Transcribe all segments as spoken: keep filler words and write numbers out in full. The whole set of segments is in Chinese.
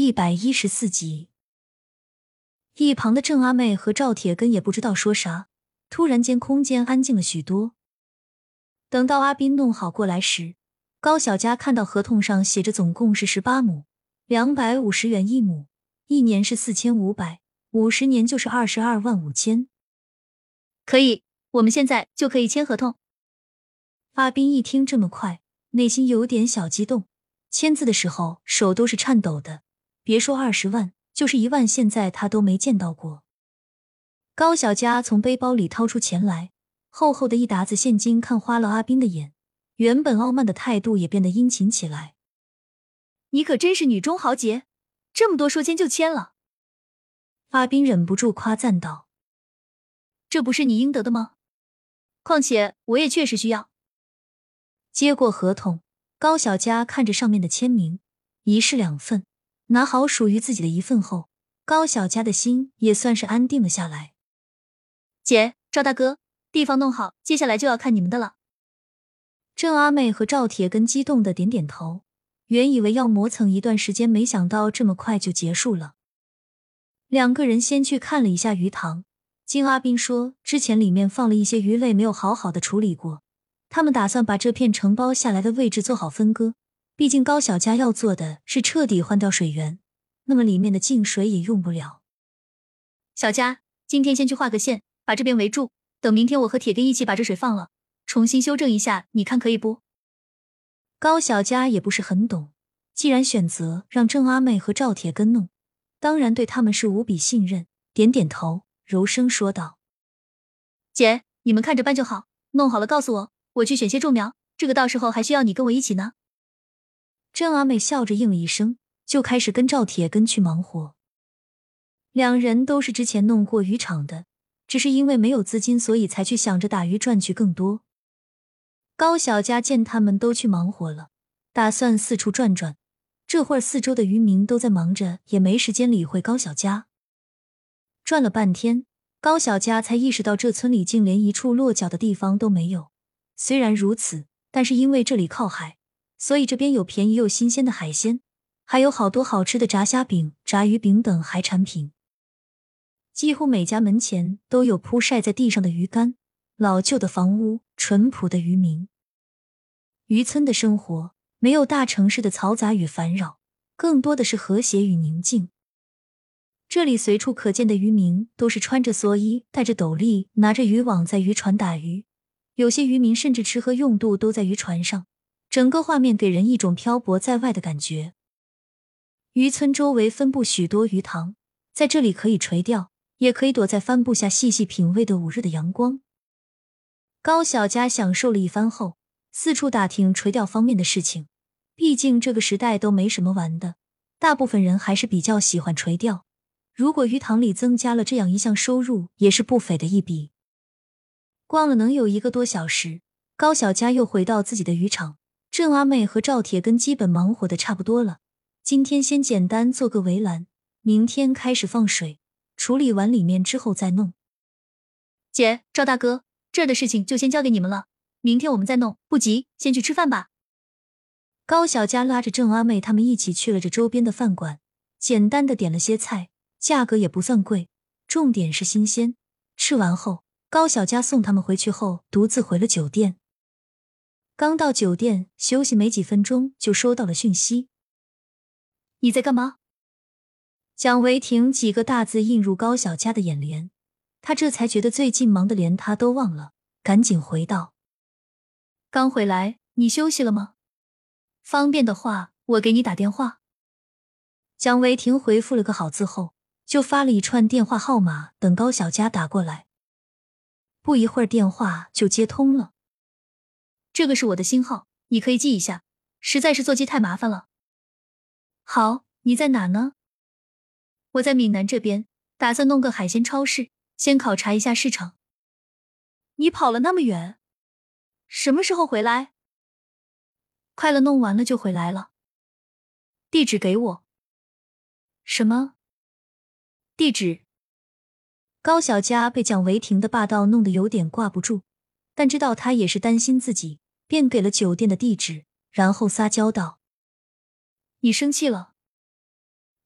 一百一十四集。一旁的郑阿妹和赵铁根也不知道说啥，突然间空间安静了许多。等到阿斌弄好过来时，高小佳看到合同上写着总共是十八亩，两百五十元一亩，一年是四千五百，五十年就是二十二万五千。 可以，我们现在就可以签合同。 阿斌一听这么快，内心有点小激动，签字的时候手都是颤抖的，别说二十万，就是一万现在他都没见到过。高小佳从背包里掏出钱来，厚厚的一沓子现金看花了阿斌的眼，原本傲慢的态度也变得殷勤起来。 你可真是女中豪杰，这么多说签就签了。 阿斌忍不住夸赞道。 这不是你应得的吗？况且我也确实需要。 接过合同，高小佳看着上面的签名，一式两份，拿好属于自己的一份后，高小佳的心也算是安定了下来。 姐，赵大哥，地方弄好，接下来就要看你们的了。 郑阿妹和赵铁根激动的点点头，原以为要磨蹭一段时间，没想到这么快就结束了。两个人先去看了一下鱼塘，经阿斌说之前里面放了一些鱼类没有好好的处理过，他们打算把这片承包下来的位置做好分割，毕竟高小佳要做的是彻底换掉水源，那么里面的净水也用不了。 小佳，今天先去画个线，把这边围住，等明天我和铁根一起把这水放了，重新修正一下，你看可以不？ 高小佳也不是很懂，既然选择让郑阿妹和赵铁根弄，当然对他们是无比信任，点点头，柔声说道： 姐，你们看着办就好，弄好了告诉我，我去选些种苗，这个到时候还需要你跟我一起呢。 郑阿妹笑着应了一声，就开始跟赵铁根去忙活。两人都是之前弄过渔场的，只是因为没有资金，所以才去想着打鱼赚取更多。高小佳见他们都去忙活了，打算四处转转，这会儿四周的渔民都在忙着，也没时间理会高小佳。转了半天，高小佳才意识到这村里竟连一处落脚的地方都没有。虽然如此，但是因为这里靠海，所以这边有便宜又新鲜的海鲜，还有好多好吃的炸虾饼、炸鱼饼等海产品。几乎每家门前都有铺晒在地上的鱼竿，老旧的房屋，淳朴的渔民。渔村的生活没有大城市的嘈杂与烦扰，更多的是和谐与宁静。这里随处可见的渔民都是穿着蓑衣，戴着斗笠，拿着渔网在渔船打鱼，有些渔民甚至吃喝用度都在渔船上，整个画面给人一种漂泊在外的感觉。渔村周围分布许多鱼塘，在这里可以垂钓，也可以躲在帆布下细细品味的午日的阳光。高小佳享受了一番后，四处打听垂钓方面的事情，毕竟这个时代都没什么玩的，大部分人还是比较喜欢垂钓。如果鱼塘里增加了这样一项收入，也是不菲的一笔。逛了能有一个多小时，高小佳又回到自己的渔场，郑阿妹和赵铁根基本忙活的差不多了，今天先简单做个围栏，明天开始放水，处理完里面之后再弄。 姐，赵大哥，这儿的事情就先交给你们了，明天我们再弄，不急，先去吃饭吧。 高小佳拉着郑阿妹他们一起去了这周边的饭馆，简单的点了些菜，价格也不算贵，重点是新鲜。吃完后，高小佳送他们回去后，独自回了酒店。刚到酒店休息没几分钟，就收到了讯息。 你在干嘛？ 蒋维婷几个大字映入高小佳的眼帘，他这才觉得最近忙得连他都忘了，赶紧回道： 刚回来，你休息了吗？方便的话，我给你打电话。 蒋维婷回复了个好字后，就发了一串电话号码等高小佳打过来。不一会儿电话就接通了。 这个是我的新号，你可以记一下，实在是座机太麻烦了。好，你在哪呢？我在闽南这边，打算弄个海鲜超市，先考察一下市场。你跑了那么远，什么时候回来？快了，弄完了就回来了。地址给我。什么？地址？ 高小佳被蒋维婷的霸道弄得有点挂不住，但知道他也是担心自己，便给了酒店的地址，然后撒娇道： 你生气了？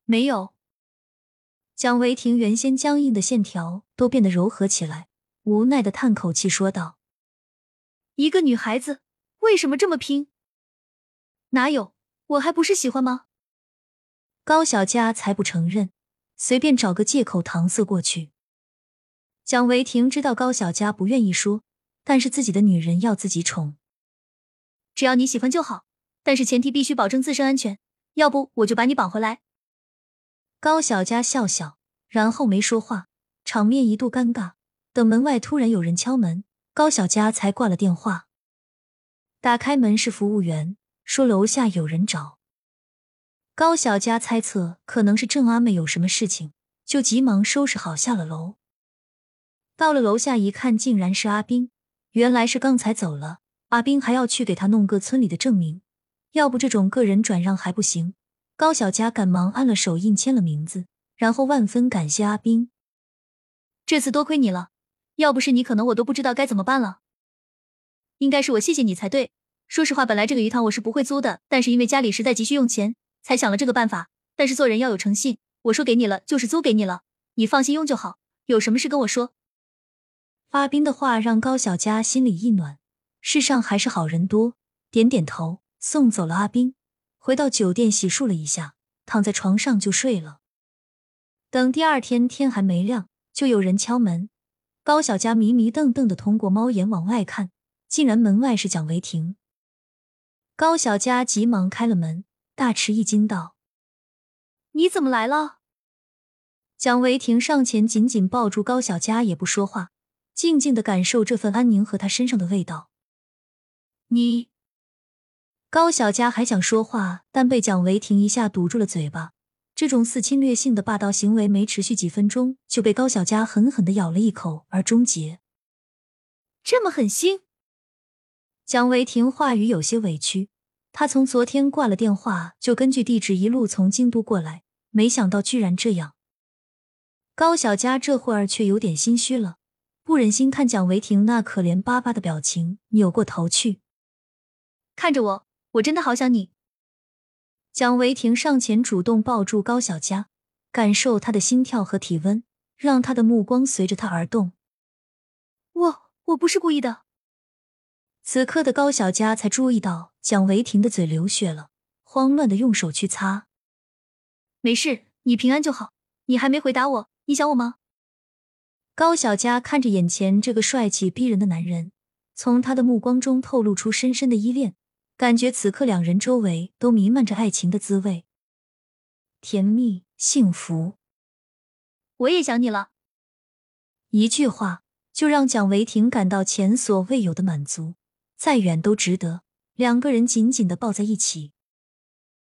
没有。 蒋维婷原先僵硬的线条都变得柔和起来，无奈的叹口气说道： 一个女孩子为什么这么拼？哪有，我还不是喜欢吗？ 高小佳才不承认，随便找个借口搪塞过去。蒋维婷知道高小佳不愿意说，但是自己的女人要自己宠。 只要你喜欢就好，但是前提必须保证自身安全，要不我就把你绑回来。 高小佳笑笑，然后没说话，场面一度尴尬。等门外突然有人敲门，高小佳才挂了电话。打开门是服务员，说楼下有人找。高小佳猜测可能是郑阿妹有什么事情，就急忙收拾好下了楼。到了楼下一看，竟然是阿斌，原来是刚才走了，阿斌还要去给他弄个村里的证明，要不这种个人转让还不行。高小佳赶忙按了手印签了名字，然后万分感谢阿斌。 这次多亏你了，要不是你可能我都不知道该怎么办了。应该是我谢谢你才对，说实话本来这个鱼塘我是不会租的，但是因为家里实在急需用钱，才想了这个办法，但是做人要有诚信，我说给你了就是租给你了，你放心用就好，有什么事跟我说。 阿斌的话让高小佳心里一暖，世上还是好人多，点点头，送走了阿斌，回到酒店洗漱了一下，躺在床上就睡了。等第二天天还没亮，就有人敲门。高小佳迷迷瞪瞪地通过猫眼往外看，竟然门外是蒋维婷。高小佳急忙开了门，大吃一惊道： 你怎么来了？ 蒋维婷上前紧紧抱住高小佳，也不说话，静静地感受这份安宁和她身上的味道。 你…… 高小佳还想说话，但被蒋维婷一下堵住了嘴巴。这种似侵略性的霸道行为没持续几分钟，就被高小佳狠狠地咬了一口而终结。 这么狠心？ 蒋维婷话语有些委屈，她从昨天挂了电话，就根据地址一路从京都过来，没想到居然这样。高小佳这会儿却有点心虚了，不忍心看蒋维婷那可怜巴巴的表情，扭过头去。 看着我，我真的好想你。 蒋维婷上前主动抱住高小佳，感受她的心跳和体温，让她的目光随着她而动。 我我不是故意的。 此刻的高小佳才注意到蒋维婷的嘴流血了，慌乱的用手去擦。 没事，你平安就好。你还没回答我，你想我吗？ 高小佳看着眼前这个帅气逼人的男人，从他的目光中透露出深深的依恋，感觉此刻两人周围都弥漫着爱情的滋味，甜蜜幸福。 我也想你了。 一句话就让蒋维婷感到前所未有的满足，再远都值得。两个人紧紧地抱在一起，